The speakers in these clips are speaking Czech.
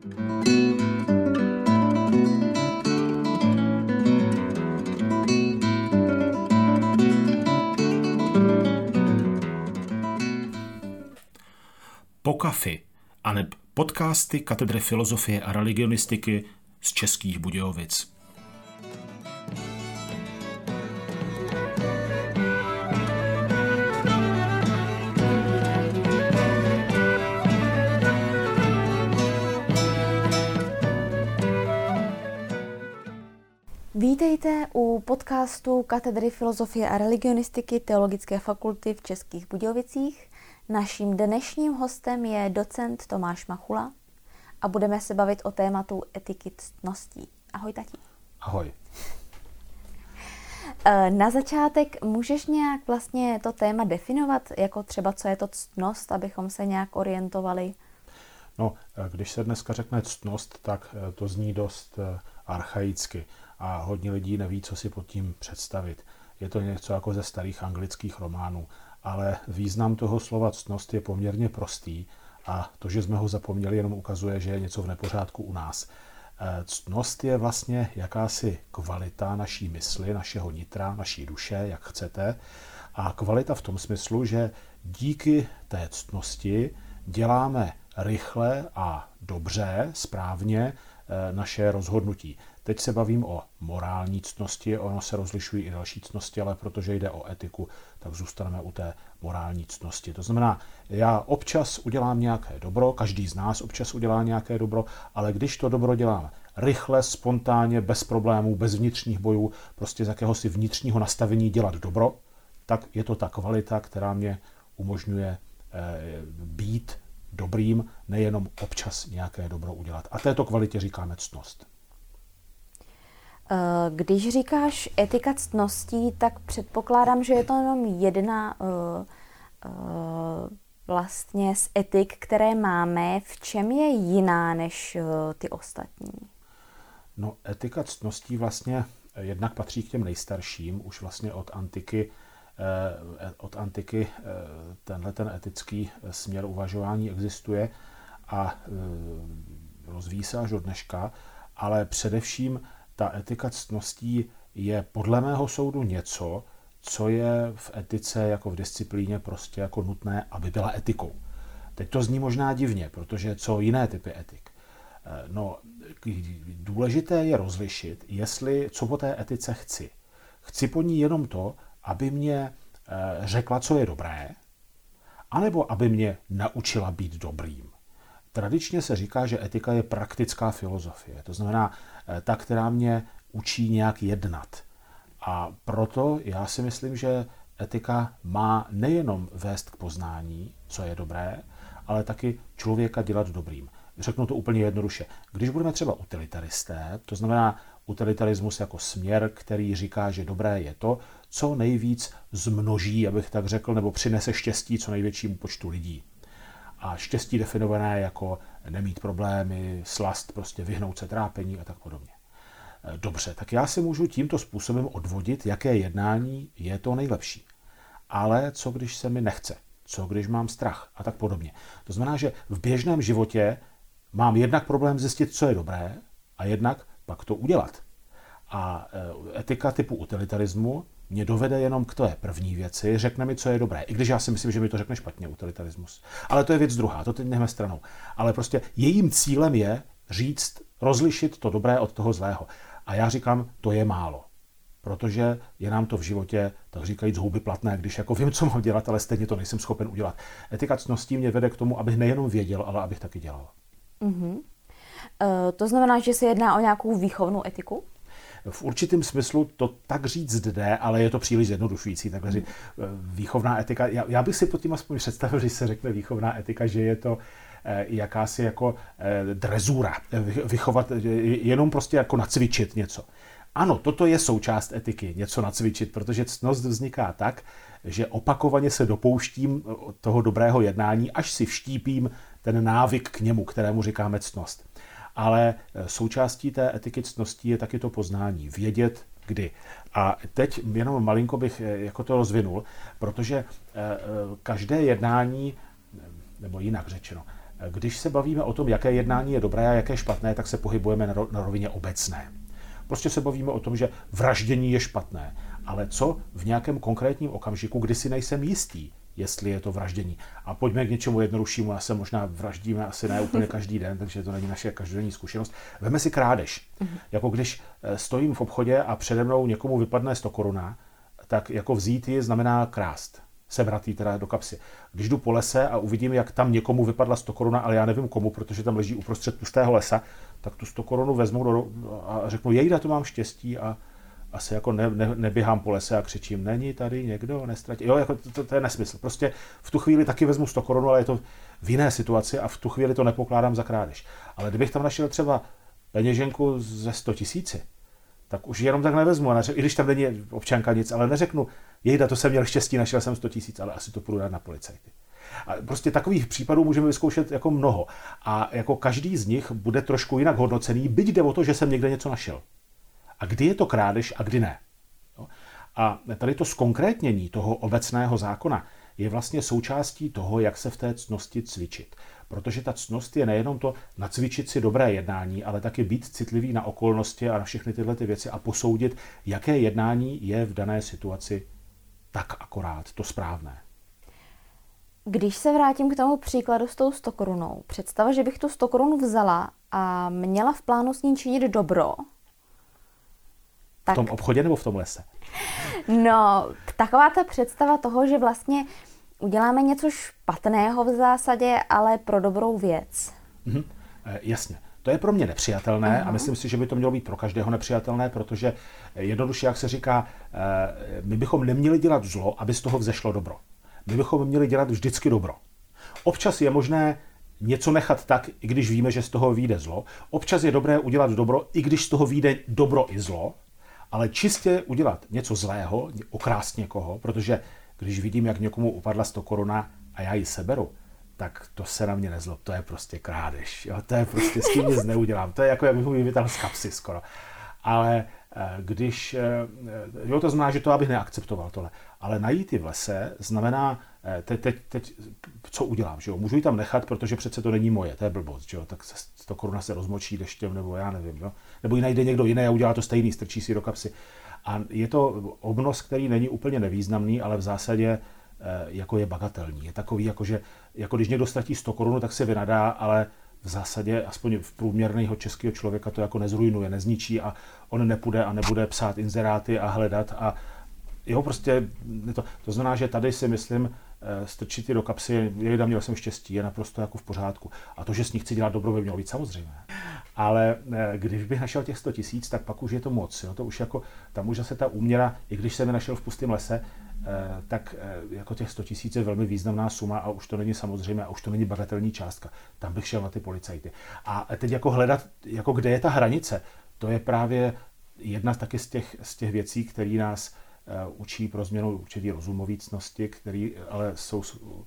Pokafy, aneb podcasty Katedry filozofie a religionistiky z Českých Budějovic. Vítejte u podcastu Katedry filozofie a religionistiky Teologické fakulty v Českých Budějovicích. Naším dnešním hostem je docent Tomáš Machula a budeme se bavit o tématu etiky ctností. Ahoj, tati. Ahoj. Na začátek můžeš nějak vlastně to téma definovat, jako třeba co je to ctnost, abychom se nějak orientovali? No, když se dneska řekne ctnost, tak to zní dost archaicky a hodně lidí neví, co si pod tím představit. Je to něco jako ze starých anglických románů, ale význam toho slova ctnost je poměrně prostý a to, že jsme ho zapomněli, jenom ukazuje, že je něco v nepořádku u nás. Ctnost je vlastně jakási kvalita naší mysli, našeho nitra, naší duše, jak chcete. A kvalita v tom smyslu, že díky té ctnosti děláme rychle a dobře, správně naše rozhodnutí. Teď se bavím o morální ctnosti, ono se rozlišují i další ctnosti, ale protože jde o etiku, tak zůstaneme u té morální ctnosti. To znamená, já občas udělám nějaké dobro, každý z nás občas udělá nějaké dobro, ale když to dobro dělám rychle, spontánně, bez problémů, bez vnitřních bojů, prostě z jakéhosi vnitřního nastavení dělat dobro, tak je to ta kvalita, která mě umožňuje být dobrým, nejenom občas nějaké dobro udělat. A této kvalitě říkáme ctnost. Když říkáš etika ctností, tak předpokládám, že je to jenom jedna vlastně z etik, které máme. V čem je jiná než ty ostatní? No, etika ctností vlastně jednak patří k těm nejstarším, už vlastně od antiky tenhle ten etický směr uvažování existuje a rozvíjí se až do dneška, ale především ta etika ctností je podle mého soudu něco, co je v etice jako v disciplíně prostě jako nutné, aby byla etikou. Teď to zní možná divně, protože co jiné typy etik? No, důležité je rozlišit, co po té etice chci. Chci po ní jenom to, aby mě řekla, co je dobré, anebo aby mě naučila být dobrým. Tradičně se říká, že etika je praktická filozofie, to znamená ta, která mě učí nějak jednat. A proto já si myslím, že etika má nejenom vést k poznání, co je dobré, ale taky člověka dělat dobrým. Řeknu to úplně jednoduše. Když budeme třeba utilitaristé, to znamená utilitarismus jako směr, který říká, že dobré je to, co nejvíc zmnoží, abych tak řekl, nebo přinese štěstí co největšímu počtu lidí. A štěstí definované jako nemít problémy, slast, prostě vyhnout se trápení a tak podobně. Dobře, tak já si můžu tímto způsobem odvodit, jaké jednání je to nejlepší. Ale co když se mi nechce? Co když mám strach? A tak podobně. To znamená, že v běžném životě mám jednak problém zjistit, co je dobré, a jednak pak to udělat. A etika typu utilitarismu mě dovede jenom k té první věci, řekne mi, co je dobré. I když já si myslím, že mi to řekne špatně, utilitarismus. Ale to je věc druhá, to teď nechme stranou. Ale prostě jejím cílem je říct, rozlišit to dobré od toho zlého. A já říkám, to je málo. Protože je nám to v životě, tak říkajíc, huby platné, když jako vím, co mám dělat, ale stejně to nejsem schopen udělat. Etika ctností mě vede k tomu, abych nejenom věděl, ale abych taky dělal. Mm-hmm. To znamená, že se jedná o nějakou výchovnou etiku? V určitém smyslu to tak říct jde, ale je to příliš zjednodušující. Takhle říct, výchovná etika, já bych si pod tím aspoň představil, že se řekne výchovná etika, že je to jakási jako drezura, vychovat, jenom prostě jako nacvičit něco. Ano, toto je součást etiky, něco nacvičit, protože ctnost vzniká tak, že opakovaně se dopouštím toho dobrého jednání, až si vštípím ten návyk k němu, kterému říkáme ctnost. Ale součástí té etiky ctností je taky to poznání, vědět kdy. A teď jenom malinko bych jako to rozvinul, protože každé jednání, nebo jinak řečeno, Když se bavíme o tom, jaké jednání je dobré a jaké špatné, tak se pohybujeme na rovině obecné. Prostě se bavíme o tom, že vraždění je špatné. Ale co v nějakém konkrétním okamžiku, kdy si nejsem jistý, jestli je to vraždění. A pojďme k něčemu jednoduššímu, a se možná vraždíme asi ne úplně každý den, takže to není naše každodenní zkušenost. Veme si krádež. Jako když stojím v obchodě a přede mnou někomu vypadne 100 koruna, tak jako vzít ji znamená krást. Sebrat ji teda do kapsy. Když jdu po lese a uvidím, jak tam někomu vypadla 100 koruna, ale já nevím komu, protože tam leží uprostřed pustého lesa, tak tu 100 korunu vezmu a řeknu, jejda, to mám štěstí a asi jako neběhám po lese a křičím, není tady někdo, nestratí. Jo, jako to je nesmysl. Prostě v tu chvíli taky vezmu 100 korun, ale je to v jiné situaci a v tu chvíli to nepokládám za krádež. Ale kdybych tam našel třeba peněženku ze 100 000, tak už jenom tak nevezmu. I když tam není občanka nic, ale neřeknu, jejda, to jsem měl štěstí, našel jsem 100 000, ale asi to půjdu dát na policajty. A prostě takových případů můžeme vyzkoušet jako mnoho. A jako každý z nich bude trošku jinak hodnocený, byť jde o to, že jsem někde něco našel. A kdy je to krádež a kdy ne. A tady to zkonkrétnění toho obecného zákona je vlastně součástí toho, jak se v té ctnosti cvičit. Protože ta ctnost je nejenom to nacvičit si dobré jednání, ale taky být citlivý na okolnosti a na všechny tyhle ty věci a posoudit, jaké jednání je v dané situaci tak akorát to správné. Když se vrátím k tomu příkladu s tou 100 korunou, představa, že bych tu 100 korun vzala a měla v plánu s ní činit dobro. Tak... V tom obchodě nebo v tom lese? No, taková ta představa toho, že vlastně uděláme něco špatného v zásadě, ale pro dobrou věc. Jasně. To je pro mě nepřijatelné a myslím si, že by to mělo být pro každého nepřijatelné, protože jednoduše, jak se říká, my bychom neměli dělat zlo, aby z toho vzešlo dobro. My bychom měli dělat vždycky dobro. Občas je možné něco nechat tak, i když víme, že z toho vyjde zlo. Občas je dobré udělat dobro, i když z toho vyjde dobro i zlo, ale čistě udělat něco zlého, okrást někoho, protože když vidím, jak někomu upadla 100 koruna a já ji seberu, tak to se na mě nezlob, to je prostě krádež. Jo? To je prostě, s tím nic neudělám. To je jako, jak bych mi vytáhl z kapsy skoro. Ale když, jo, to znamená, že to abych neakceptoval tohle. Ale najít ji v lese znamená, teď co udělám, že jo? Můžu ji tam nechat, protože přece to není moje, to je blbost, že jo? Tak 100 koruna se rozmočí deštěm, nebo já nevím, jo? Nebo ji najde někdo jiný a udělá to stejný, strčí si do kapsy. A je to obnos, který není úplně nevýznamný, ale v zásadě jako je bagatelní. Je takový, jako když někdo ztratí 100 korun, tak se vynadá, ale v zásadě, aspoň v průměrného českého člověka, to jako nezrujnuje, nezničí a on nepůjde a nebude psát inzeráty a hledat a jo, prostě to znamená, že tady si myslím, strčit do kapsy, měl jsem štěstí, je naprosto jako v pořádku. A to, že s ní chci dělat dobro, by mělo být samozřejmé. Ale když bych našel těch 100 000, tak pak už je to moc. Jo? To už jako, tam už zase ta úměra, i když jsem je našel v pustém lese, tak jako těch 100 000 je velmi významná suma a už to není samozřejmé a už to není bagatelní částka. Tam bych šel na ty policajty. A teď jako hledat, jako kde je ta hranice, to je právě jedna taky z těch věcí, které nás učí pro změnu určitý rozumový ctnosti, které ale jsou,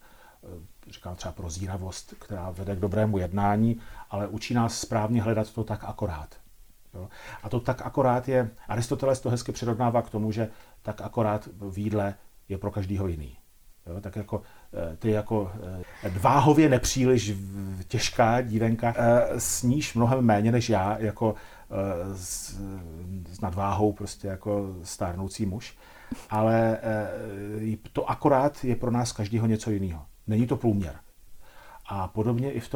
říkám třeba prozíravost, která vede k dobrému jednání, ale učí nás správně hledat to tak akorát. Jo? A to tak akorát je, Aristoteles to hezky přirovnává k tomu, že tak akorát v jídle je pro každýho jiný. Jo? Tak jako ty jako váhově nepříliš těžká dívenka sníš mnohem méně než já, jako s nadváhou prostě jako stárnoucí muž. Ale to akorát je pro nás každýho něco jiného. Není to průměr. A podobně i v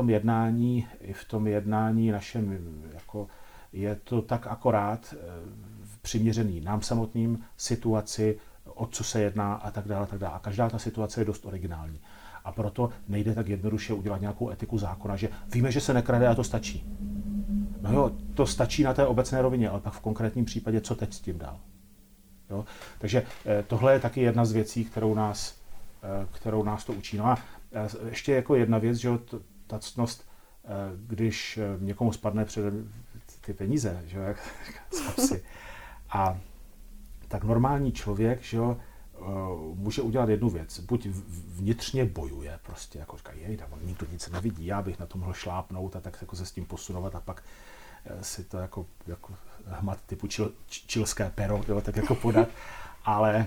tom jednání našem, jako je to tak akorát přiměřený nám samotným, situaci, o co se jedná a tak dále, tak dále. A každá ta situace je dost originální. A proto nejde tak jednoduše udělat nějakou etiku zákona, že víme, že se nekrade a to stačí. No jo, to stačí na té obecné rovině, ale pak v konkrétním případě, co teď s tím dál. Jo? Takže tohle je taky jedna z věcí, kterou nás to učí. No a ještě jako jedna věc, že ta ctnost, když někomu spadne před ty peníze, že jo, jak z kapsy, a tak normální člověk, že jo, může udělat jednu věc. Buď vnitřně bojuje, prostě jako říká, on nikdo nic nevidí, já bych na to mohl šlápnout a tak jako se s tím posunovat a pak si to jako hmat typu čilské pero, jo, tak jako podat, ale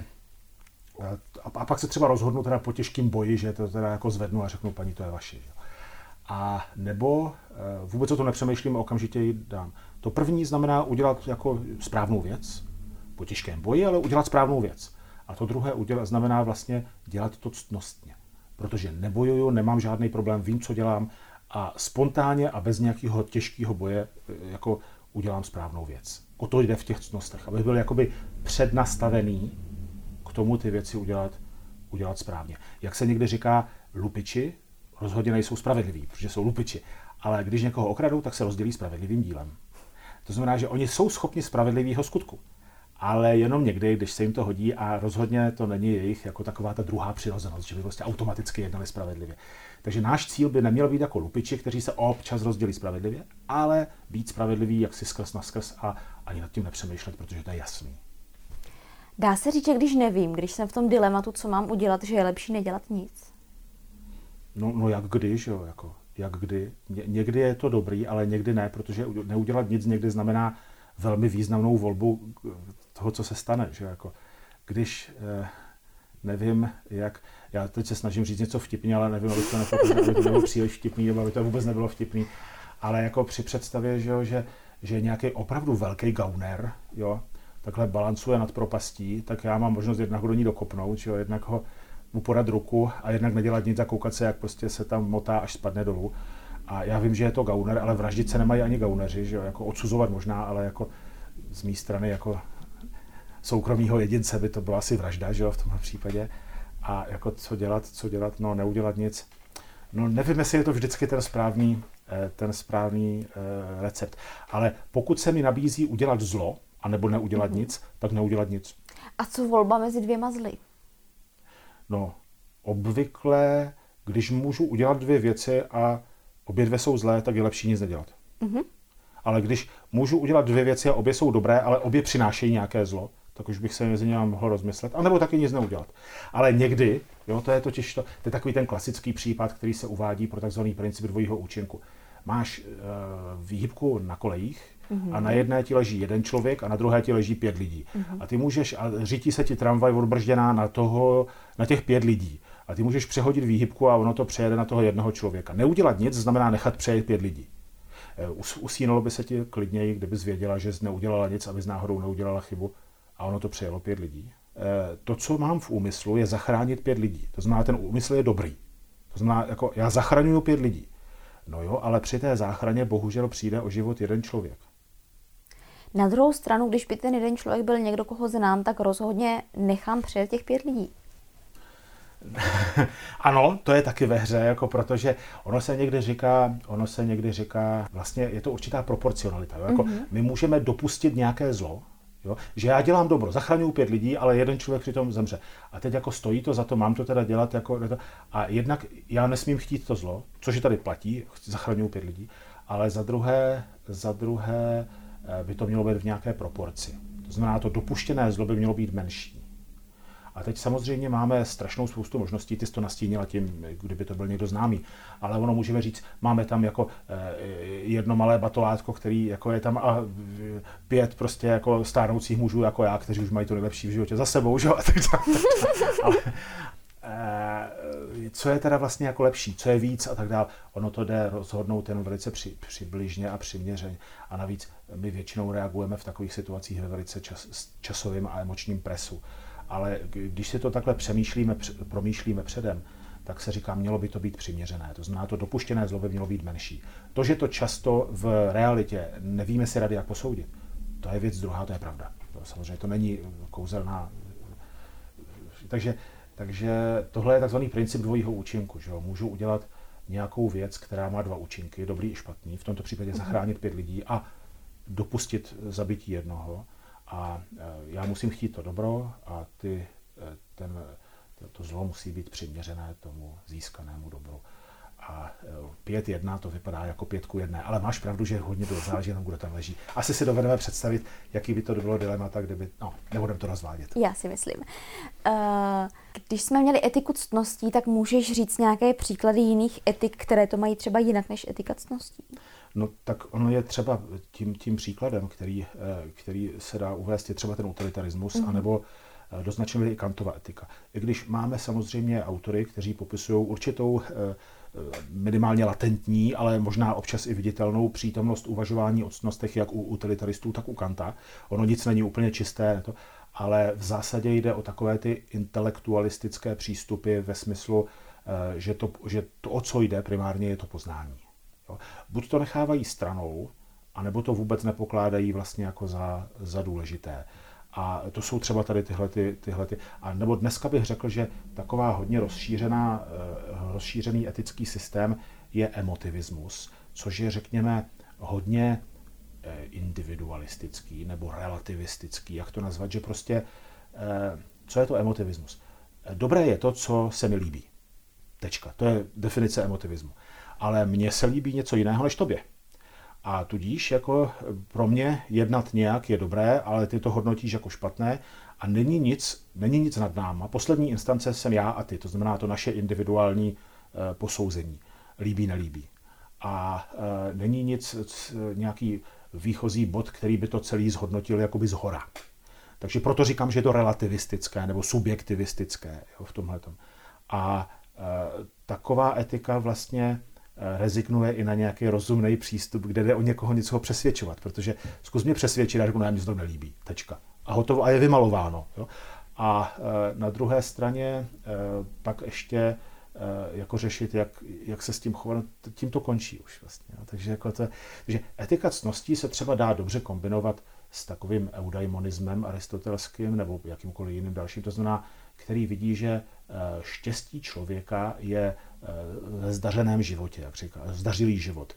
a pak se třeba rozhodnu teda po těžkým boji, že to teda jako zvednu a řeknu, paní, to je vaše. Jo. A nebo vůbec o tom nepřemýšlím a okamžitě ji dám. To první znamená udělat jako správnou věc, po těžkém boji, ale udělat správnou věc. A to druhé znamená vlastně dělat to ctnostně. Protože nebojuju, nemám žádný problém, vím, co dělám a spontánně a bez nějakého těžkého boje jako udělám správnou věc. O to jde v těch ctnostech, abych byl jakoby přednastavený k tomu ty věci udělat správně. Jak se někdy říká, lupiči rozhodně nejsou spravedliví, protože jsou lupiči. Ale když někoho okradou, tak se rozdělí spravedlivým dílem. To znamená, že oni jsou schopni spravedlivého skutku. Ale jenom někdy, když se jim to hodí a rozhodně to není jejich jako taková ta druhá přirozenost, že by prostě automaticky jednali spravedlivě. Takže náš cíl by neměl být jako lupiči, kteří se občas rozdělí spravedlivě, ale být spravedlivý jaksi skrz na skrz a ani nad tím nepřemýšlet, protože to je jasný. Dá se říct, že když nevím, když jsem v tom dilematu, co mám udělat, že je lepší nedělat nic? No jak kdy, že jo, jako jak kdy. Někdy je to dobrý, ale někdy ne, protože neudělat nic někdy znamená velmi významnou volbu toho, co se stane, že jako když nevím, jak, já teď se snažím říct něco vtipně, ale nevím, aby to nebylo příliš vtipný, nebo aby to vůbec nebylo vtipný, ale jako při představě, že nějaký opravdu velký gauner, jo, takhle balancuje nad propastí, tak já mám možnost jednak ho do ní dokopnout, že jo, jednak ho mu podat ruku a jednak nedělat nic a koukat se, jak prostě se tam motá, až spadne dolů. A já vím, že je to gauner, ale vraždit se nemají ani gauneři, že jo, jako odsuzovat možná, ale jako z mé strany jako soukromého jedince by to byla asi vražda, že jo, v tomhle případě. A jako co dělat, no neudělat nic. No nevím, jestli je to vždycky ten správný recept. Ale pokud se mi nabízí udělat zlo, anebo neudělat nic, tak neudělat nic. A co volba mezi dvěma zly? No, obvykle, když můžu udělat dvě věci a obě dvě jsou zlé, tak je lepší nic nedělat. Mm-hmm. Ale když můžu udělat dvě věci a obě jsou dobré, ale obě přinášejí nějaké zlo, tak už bych se mezi nimi mohl rozmyslet, anebo taky nic neudělat. Ale někdy, jo, to je takový ten klasický případ, který se uvádí pro takzvaný princip dvojího účinku. Máš výhybku na kolejích a na jedné ti leží jeden člověk a na druhé ti leží 5 lidí. A ty můžeš, a řítí se ti tramvaj odbržděná na těch 5 lidí. A ty můžeš přehodit výhybku a ono to přejede na toho jednoho člověka. Neudělat nic znamená nechat přejet 5 lidí. Usínalo by se ti klidněji, kdybys věděla, že jsi neudělala nic, abys náhodou neudělala chybu a ono to přejelo 5 lidí. To, co mám v úmyslu, je zachránit 5 lidí. To znamená, ten úmysl je dobrý. To znamená, jako já zachraňuju 5 lidí. No jo, ale při té záchraně bohužel přijde o život jeden člověk. Na druhou stranu, když by ten jeden člověk byl někdo, koho znám, tak rozhodně nechám přejet těch 5 lidí. Ano, to je taky ve hře, jako protože ono se někdy říká, vlastně je to určitá proporcionalita. Jo? Jako my můžeme dopustit nějaké zlo, jo? Že já dělám dobro, zachraňuju 5 lidí, ale jeden člověk přitom zemře. A teď jako stojí to za to, mám to teda dělat jako a jednak já nesmím chtít to zlo, což je tady platí, zachraňuju 5 lidí, ale za druhé by to mělo být v nějaké proporci. To znamená, to dopuštěné zlo by mělo být menší. A teď samozřejmě máme strašnou spoustu možností, ty jsi to nastínila tím, kdyby to byl někdo známý, ale ono můžeme říct, máme tam jako jedno malé batolátko, který jako je tam a 5 prostě jako stárnoucích mužů jako já, kteří už mají to nejlepší v životě za sebou, že? A tak ale, co je teda vlastně jako lepší, co je víc a tak dále. Ono to jde rozhodnout jen velice přibližně a přiměřeně. A navíc my většinou reagujeme v takových situacích ve velice časovém a emočním presu. Ale když si to takhle promýšlíme předem, tak se říká, mělo by to být přiměřené. To znamená, to dopuštěné zlo by mělo být menší. To, že to často v realitě nevíme si rady, jak posoudit, to je věc druhá, to je pravda. To samozřejmě to není kouzelná. Takže tohle je takzvaný princip dvojího účinku. Že jo? Můžu udělat nějakou věc, která má 2 účinky, dobrý i špatný, v tomto případě zachránit 5 lidí a dopustit zabití jednoho. A já musím chtít to dobro a to zlo musí být přiměřené tomu získanému dobru. A 5-1 to vypadá jako 5-1, ale máš pravdu, že hodně záleží jenom, kdo tam leží. Asi si dovedeme představit, jaký by to bylo dilemata, kdyby, nebudeme to rozvádět. Já si myslím. Když jsme měli etiku ctností, tak můžeš říct nějaké příklady jiných etik, které to mají třeba jinak než etika ctností? No tak ono je třeba tím příkladem, který se dá uvést, je třeba ten utilitarismus, anebo do značné míry i Kantova etika. I když máme samozřejmě autory, kteří popisují určitou minimálně latentní, ale možná občas i viditelnou přítomnost uvažování o ctnostech jak u utilitaristů, tak u Kanta. Ono nic není úplně čisté, ale v zásadě jde o takové ty intelektualistické přístupy ve smyslu, že to, o co jde primárně, je to poznání. Jo. Buď to nechávají stranou, anebo to vůbec nepokládají vlastně jako za důležité. A to jsou třeba tady tyhle. A nebo dneska bych řekl, že taková hodně rozšířený etický systém je emotivismus, což je, řekněme, hodně individualistický nebo relativistický, jak to nazvat, že prostě, co je to emotivismus? Dobré je to, co se mi líbí. Tečka. To je definice emotivismu. Ale mně se líbí něco jiného než tobě. A tudíž jako pro mě jednat nějak je dobré, ale ty to hodnotíš jako špatné a není nic nad náma. Poslední instance jsem já a ty, to znamená to naše individuální posouzení. Líbí, nelíbí. A není nic, nějaký výchozí bod, který by to celý zhodnotil jakoby zhora. Takže proto říkám, že je to relativistické nebo subjektivistické, jo, v tomhletom. A taková etika vlastně rezignuje i na nějaký rozumný přístup, kde jde o někoho něco přesvědčovat, protože zkus mě přesvědčit, a řeknu, ne, mně se to nelíbí, tečka. A hotovo, a je vymalováno. Jo? A na druhé straně pak ještě jako řešit, jak se s tím chovat, tím to končí už vlastně. Jo? Takže etika ctností se třeba dá dobře kombinovat s takovým eudaimonismem aristotelským nebo jakýmkoliv jiným dalším, to znamená, který vidí, že štěstí člověka je ve zdařeném životě, jak říká, zdařilý život.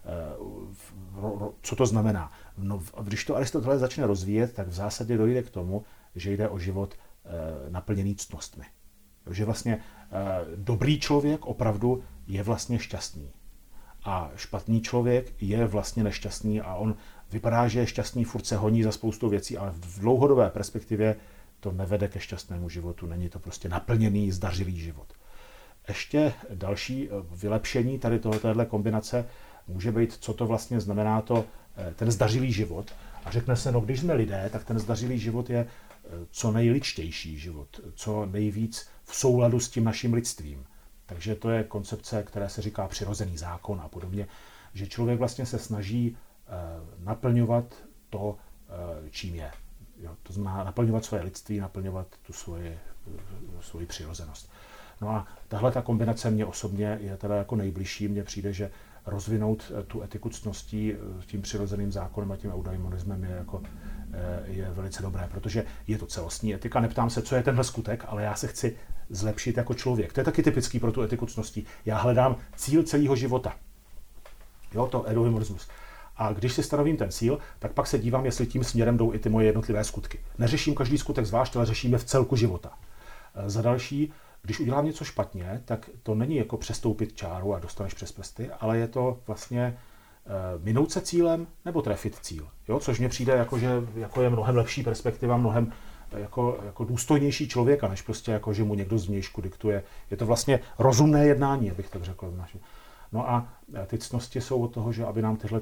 Co to znamená? No, když to Aristoteles začne rozvíjet, tak v zásadě dojde k tomu, že jde o život naplněný ctnostmi. Že vlastně dobrý člověk opravdu je vlastně šťastný. A špatný člověk je vlastně nešťastný a on vypadá, že je šťastný, furt se honí za spoustu věcí, ale v dlouhodobé perspektivě to nevede ke šťastnému životu, není to prostě naplněný, zdařilý život. Ještě další vylepšení tady téhle kombinace může být, co to vlastně znamená ten zdařilý život. A řekne se, no když jsme lidé, tak ten zdařilý život je co nejlidštější život, co nejvíc v souladu s tím naším lidstvím. Takže to je koncepce, která se říká přirozený zákon a podobně, že člověk vlastně se snaží naplňovat to, čím je. Jo, to znamená naplňovat svoje lidství, naplňovat tu svoji přirozenost. No a tahle ta kombinace mě osobně je teda jako nejbližší. Mně přijde, že rozvinout tu etiku ctností tím přirozeným zákonem a tím eudaimonismem je velice dobré, protože je to celostní etika. Neptám se, co je tenhle skutek, ale já se chci zlepšit jako člověk. To je taky typický pro tu etiku ctností. Já hledám cíl celého života. Jo, to eudaimonismus. A když si stanovím ten cíl, tak pak se dívám, jestli tím směrem jdou i ty moje jednotlivé skutky. Neřeším každý skutek zvlášť, ale řeším je v celku života. Za další, když udělám něco špatně, tak to není jako přestoupit čáru a dostaneš přes prsty, ale je to vlastně minout se cílem nebo trefit cíl. Jo? Což mně přijde, jako je mnohem lepší perspektiva, mnohem jako důstojnější člověka, než prostě jako, že mu někdo zvnějšku diktuje. Je to vlastně rozumné jednání, abych tak řekl. No a ty ctnosti jsou od toho, že aby nám tyhle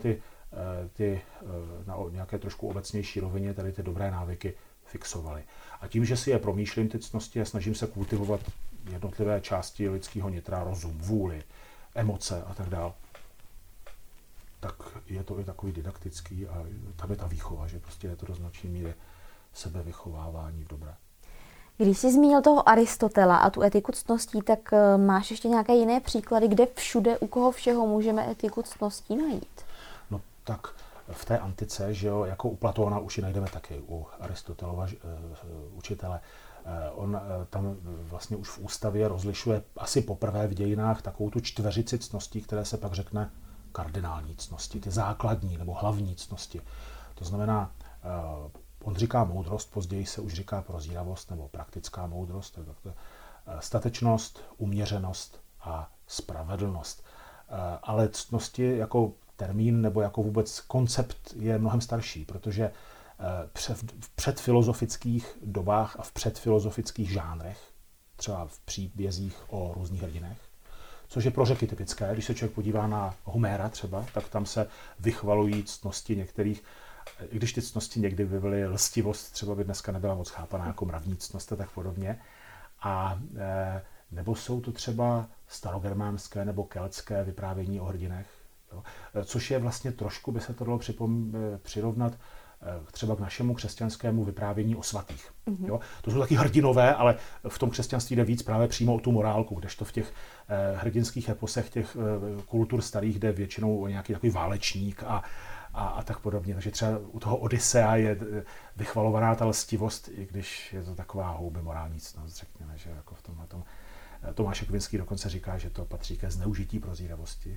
na nějaké trošku obecnější rovině tady ty dobré návyky fixovaly. A tím, že si je promýšlím ty ctnosti a snažím se kultivovat jednotlivé části lidského nitra, rozum, vůli, emoce a tak dále, tak je to i takový didaktický a tam je ta výchova, že prostě je to do značné míry sebevychovávání v dobré. Když jsi zmínil toho Aristotela a tu etiku ctností, tak máš ještě nějaké jiné příklady, kde všude, u koho všeho můžeme etiku ctností najít? No tak v té antice, že jo, jako u Platóna už ji najdeme taky, u Aristotelova učitele. On tam vlastně už v ústavě rozlišuje asi poprvé v dějinách takovou tu čtveřici ctností, které se pak řekne kardinální ctnosti, ty základní nebo hlavní ctnosti. To znamená, on říká moudrost, později se už říká prozíravost nebo praktická moudrost, statečnost, uměřenost a spravedlnost. Ale ctnosti jako termín nebo jako vůbec koncept je mnohem starší, protože v předfilozofických dobách a v předfilozofických žánrech, třeba v příbězích o různých hrdinech, což je pro Řeky typické, když se člověk podívá na Homéra třeba, tak tam se vychvalují ctnosti některých, i když ty ctnosti někdy by byly lstivost, třeba by dneska nebyla moc chápaná jako mravní ctnost a tak podobně. A nebo jsou to třeba starogermánské nebo keltské vyprávění o hrdinech, jo? Což je vlastně trošku, by se to dalo přirovnat třeba k našemu křesťanskému vyprávění o svatých. Jo? To jsou taky hrdinové, ale v tom křesťanství jde víc právě přímo o tu morálku, kdežto v těch hrdinských eposech těch kultur starých jde většinou o nějaký takový válečník a tak podobně. Takže třeba u toho Odysea je vychvalovaná ta lstivost, i když je to taková houby morální ctnost, řekněme, že jako v tomhle tom. Tomáš Akvinský dokonce říká, že to patří ke zneužití prozíravosti.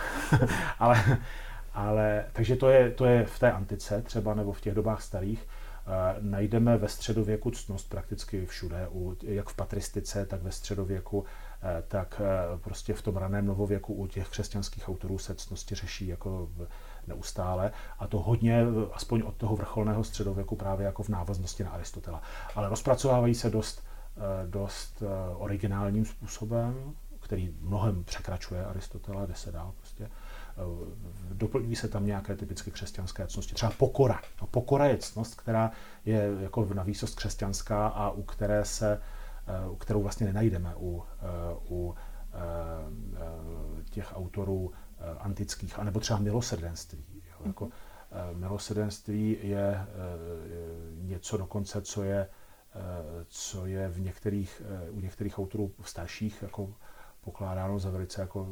ale takže to je v té antice třeba, nebo v těch dobách starých. Najdeme ve středověku ctnost prakticky všude, jak v patristice, tak ve středověku, tak prostě v tom raném novověku u těch křesťanských autorů se ctnosti řeší jako neustále, a to hodně, aspoň od toho vrcholného středověku, právě jako v návaznosti na Aristotela. Ale rozpracovávají se dost originálním způsobem, který mnohem překračuje Aristotela, jde se dál prostě. Doplňují se tam nějaké typicky křesťanské ctnosti. Třeba pokora. No, pokora je ctnost, která je jako na výsost křesťanská a kterou vlastně nenajdeme u těch autorů antických, anebo třeba milosrdenství. Jo? Jako, milosrdenství je něco dokonce, co je u některých autorů starších jako pokládáno za velice jako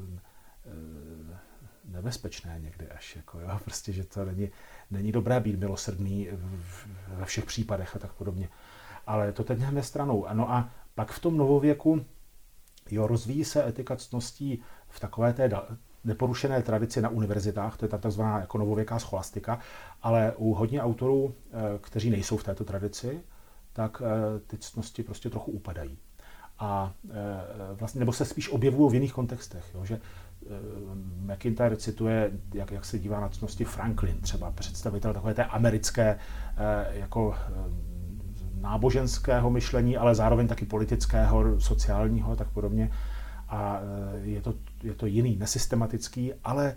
nebezpečné někdy až. Jako, jo? Prostě, že to není dobré být milosrdný ve všech případech a tak podobně. Ale to teď nechme stranou. No a pak v tom novověku rozvíjí se etika ctností v takové té neporušené tradici na univerzitách, to je ta takzvaná jako novověká scholastika, ale u hodně autorů, kteří nejsou v této tradici, tak ty ctnosti prostě trochu upadají. A vlastně, nebo se spíš objevují v jiných kontextech. Jo, že McIntyre cituje, jak se dívá na ctnosti Franklin, třeba představitel takové té americké jako náboženského myšlení, ale zároveň taky politického, sociálního a tak podobně. A je to jiný, nesystematický, ale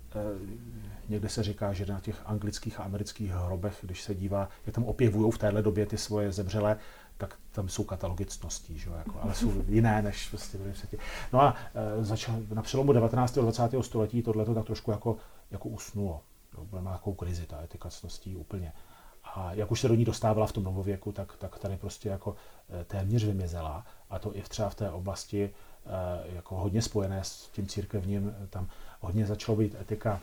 někde se říká, že na těch anglických a amerických hrobech, když se dívá, jak tam opěvují v téhle době ty svoje zemřelé, tak tam jsou katalogy ctností, že? Jako, ale jsou jiné, než vlastně byly předtím. No a na přelomu 19. a 20. století tohleto tak trošku jako usnulo. Byla na takovou krizi, ta etika ctností úplně. A jak už se do ní dostávala v tom novověku, tak tady prostě jako téměř vymizela. A to i třeba v té oblasti jako hodně spojené s tím církevním, tam hodně začalo být etika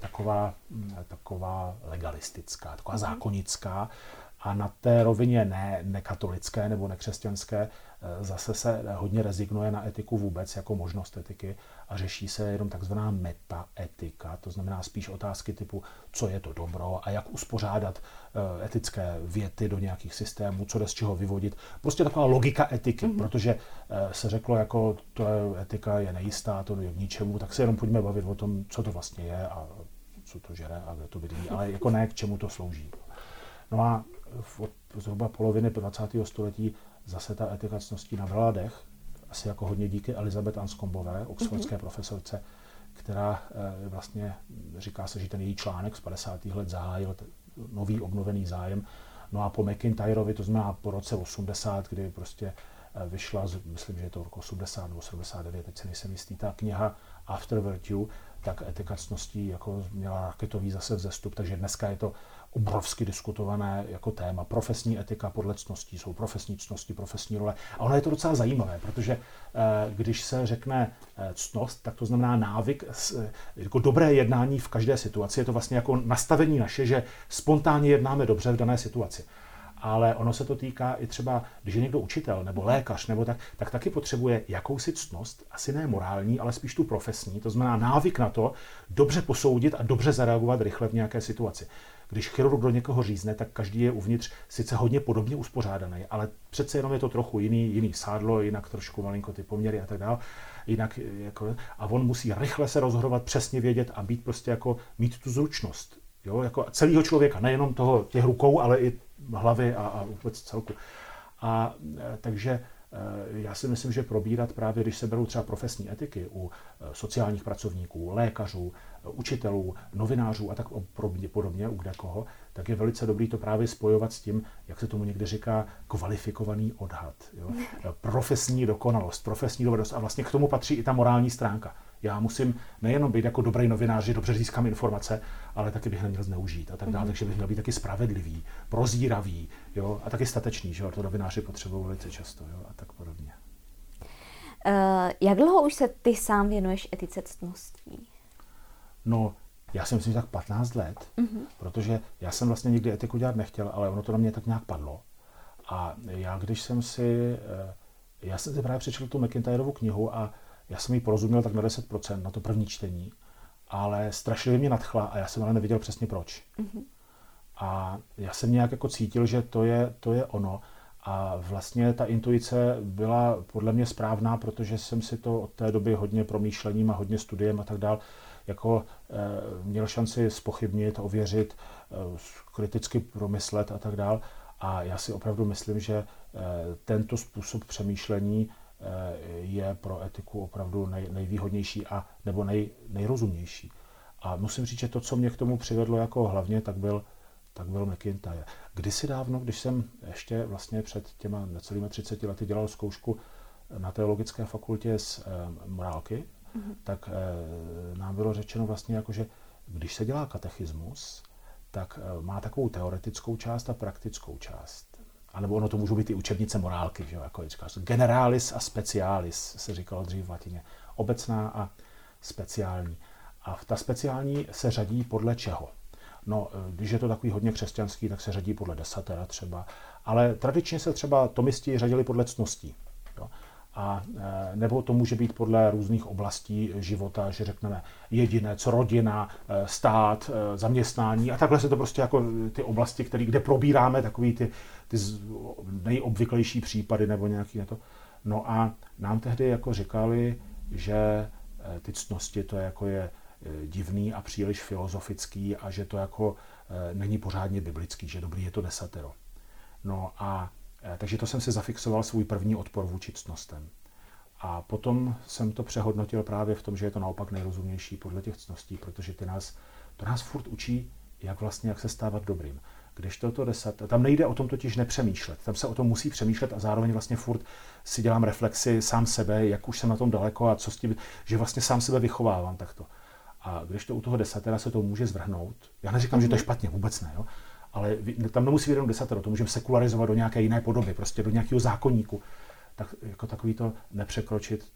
taková legalistická, taková zákonická. A na té rovině nekatolické nebo nekřesťanské zase se hodně rezignuje na etiku vůbec jako možnost etiky a řeší se jenom takzvaná metaetika, to znamená spíš otázky typu, co je to dobro a jak uspořádat etické věty do nějakých systémů, co jde z čeho vyvodit. Prostě taková logika etiky, protože se řeklo, jako etika je nejistá, to je k ničemu, tak se jenom pojďme bavit o tom, co to vlastně je a co to žere a kde to bydlí, ale jako ne k čemu to slouží. No a od zhruba poloviny 20. století zase ta etika ctností nabrala dech, asi jako hodně díky Elizabeth Anscombové, oxfordské profesorce, která vlastně říká se, že ten její článek z 50. let zahájil nový obnovený zájem. No a po McIntyrovi, to znamená po roce 80, kdy prostě vyšla, myslím, že je to roku 80 nebo 79, teď se nejsem jistý, ta kniha After Virtue, tak etika ctností jako měla raketový zase vzestup, takže dneska je to obrovsky diskutované jako téma. Profesní etika podle ctností, jsou profesní ctnosti, profesní role. A ono je to docela zajímavé, protože když se řekne ctnost, tak to znamená návyk, jako dobré jednání v každé situaci. Je to vlastně jako nastavení naše, že spontánně jednáme dobře v dané situaci. Ale ono se to týká i třeba, když je někdo učitel nebo lékař, nebo tak taky potřebuje jakousi ctnost, asi ne morální, ale spíš tu profesní, to znamená návyk na to dobře posoudit a dobře zareagovat rychle v nějaké situaci. Když chirurg do někoho řízne, tak každý je uvnitř sice hodně podobně uspořádaný, ale přece jenom je to trochu jiný sádlo, jinak trošku malinko ty poměry a tak dále. Jinak jako, a on musí rychle se rozhodovat, přesně vědět a být prostě jako mít tu zručnost. Jo, jako celého člověka, nejenom těch rukou, ale i hlavy a vůbec celku. A takže já si myslím, že probírat právě, když se berou třeba profesní etiky u sociálních pracovníků, lékařů, učitelů, novinářů a tak podobně, u kdekoho, tak je velice dobrý to právě spojovat s tím, jak se tomu někde říká, kvalifikovaný odhad. Jo? Profesní dokonalost, profesní dovednost a vlastně k tomu patří i ta morální stránka. Já musím nejenom být jako dobrý novinář, že dobře získám informace, ale taky bych neměl zneužít a tak dále, takže bych měl být taky spravedlivý, prozíravý, jo? A taky statečný, že to novináři potřebují velice často, jo? A tak podobně. Jak dlouho už se ty sám věnuješ etice ctností? No, já si myslím, že tak 15 let, protože já jsem vlastně nikdy etiku dělat nechtěl, ale ono to na mě tak nějak padlo. A já jsem si právě přečetl tu McIntyrovu knihu a já jsem ji porozuměl tak na 10%, na to první čtení, ale strašlivě mě nadchla a já jsem ale nevěděl přesně proč. A já jsem nějak jako cítil, že to je ono. A vlastně ta intuice byla podle mě správná, protože jsem si to od té doby hodně promýšlením a hodně studiem a tak dál jako měl šanci zpochybnit, ověřit, kriticky promyslet a tak dál. A já si opravdu myslím, že tento způsob přemýšlení je pro etiku opravdu nejvýhodnější a nebo nejrozumnější. A musím říct, že to, co mě k tomu přivedlo jako hlavně, tak byl McIntyre. Kdysi dávno, když jsem ještě vlastně před těma necelými 30 lety dělal zkoušku na teologické fakultě z morálky, tak nám bylo řečeno vlastně jako, že když se dělá katechismus, tak má takovou teoretickou část a praktickou část. A nebo ono to můžou být i učebnice morálky, že jo, jako říkáš, generalis a specialis se říkalo dřív v latině. Obecná a speciální. A ta speciální se řadí podle čeho? No, když je to takový hodně křesťanský, tak se řadí podle desatera třeba, ale tradičně se třeba tomisti řadili podle ctností. Jo. A nebo to může být podle různých oblastí života, že řekneme jedinec, rodina, stát, zaměstnání a takhle se to prostě jako ty oblasti, kde probíráme takový ty nejobvyklejší případy nebo nějaký to. No a nám tehdy jako říkali, že ty ctnosti to jako je divný a příliš filozofický a že to jako není pořádně biblický, že dobrý je to desatero. No a takže to jsem si zafixoval svůj první odpor vůči ctnostem. A potom jsem to přehodnotil právě v tom, že je to naopak nejrozumnější podle těch ctností, protože to nás furt učí, jak se stávat dobrým. Když toto tam nejde o tom totiž nepřemýšlet, tam se o tom musí přemýšlet a zároveň vlastně furt si dělám reflexi sám sebe, jak už jsem na tom daleko a co s tím, že vlastně sám sebe vychovávám takto. A když to u toho desatera se to může zvrhnout, já neříkám, že to je špatně, vůbec ne, jo? Ale tam nemusí být jenom desatero, to můžeme sekularizovat do nějaké jiné podoby, prostě do nějakého zákonníku. Tak jako takový to nepřekročit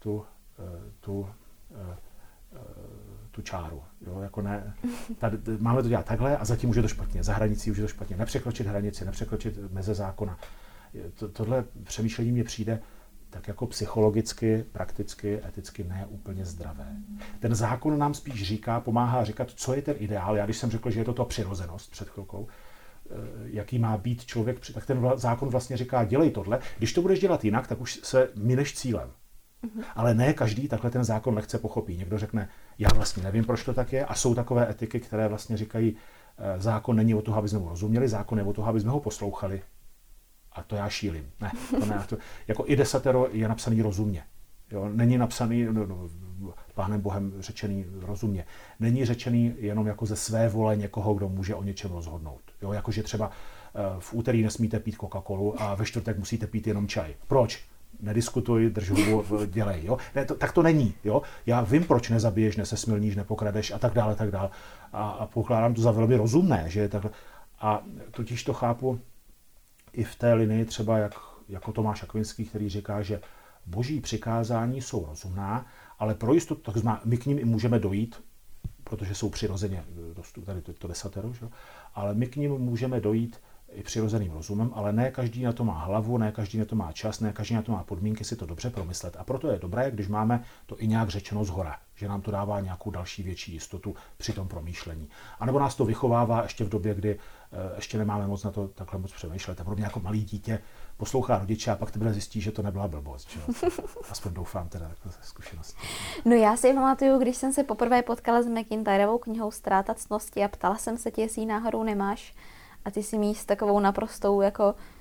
tu čáru. Jo? Jako ne, tady, máme to dělat takhle a zatím už je to špatně, za hranicí už je to špatně. Nepřekročit hranici, nepřekročit meze zákona. Tohle přemýšlení mně přijde tak jako psychologicky, prakticky, eticky ne úplně zdravé. Ten zákon nám spíš pomáhá říkat, co je ten ideál. Já když jsem řekl, že je to přirozenost před chvilkou, jaký má být člověk, tak ten zákon vlastně říká, dělej tohle. Když to budeš dělat jinak, tak už se mineš cílem. Ale ne každý takhle ten zákon lehce pochopí. Někdo řekne, já vlastně nevím, proč to tak je. A jsou takové etiky, které vlastně říkají, zákon není o toho, aby jsme ho rozuměli, zákon je o toho, aby jsme ho poslouchali. A to já šílim. Ne, to ne. Jako i desatero je napsaný rozumně. Jo, není napsaný Pánem Bohem řečený rozumně. Není řečený jenom jako ze své vole někoho, kdo může o něčem rozhodnout. Jo, jakože třeba v úterý nesmíte pít Coca-Colu a ve čtvrtek musíte pít jenom čaj. Proč? Nediskutuj, drž hubu, dělej. Jo? Ne, tak to není. Jo? Já vím, proč nezabiješ, nesesmilníš, nepokradeš a tak dále, tak dále. A pokládám to za velmi rozumné, že je takhle. A totiž to chápu i v té linii třeba jako Tomáš Akvinský, který říká, že boží přikázání jsou rozumná, ale pro jistotu, tak znamená, my k ním i můžeme dojít, protože jsou přirozeně, tady to desatero, že? Ale my k ním můžeme dojít i přirozeným rozumem, ale ne každý na to má hlavu, ne každý na to má čas, ne každý na to má podmínky si to dobře promyslet. A proto je dobré, když máme to i nějak řečeno zhora, že nám to dává nějakou další větší jistotu při tom promýšlení. A nebo nás to vychovává ještě v době, kdy ještě nemáme moc na to takhle moc přemýšlet. A podobně jako malý dítě poslouchá rodiče a pak teprve zjistí, že to nebyla blbost. Že? Aspoň doufám teda takhle zkušenost. No já si pamatuju, když jsem se poprvé potkala s McIntyrovou knihou Ztráta ctnosti a ptala jsem se tě, jestli ji náhodou nemáš. A ty si mi s takovou naprostou jako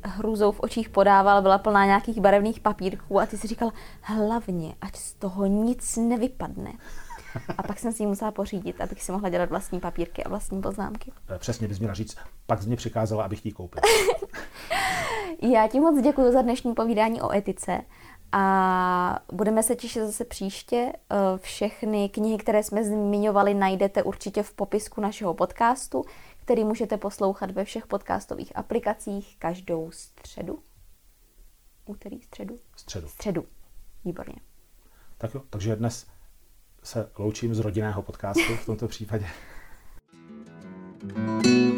hrůzou v očích podával, byla plná nějakých barevných papírků a ty si říkal, hlavně, ať z toho nic nevypadne. A pak jsem si ji musela pořídit, abych si mohla dělat vlastní papírky a vlastní poznámky. Přesně bys měla říct, pak z mě přikázala, abych ti koupil. Já ti moc děkuji za dnešní povídání o etice a budeme se těšit zase příště. Všechny knihy, které jsme zmiňovali, najdete určitě v popisku našeho podcastu, který můžete poslouchat ve všech podcastových aplikacích každou středu. Úterý, středu? Středu. Výborně. Tak jo, takže dnes se loučím z rodinného podcastu v tomto případě.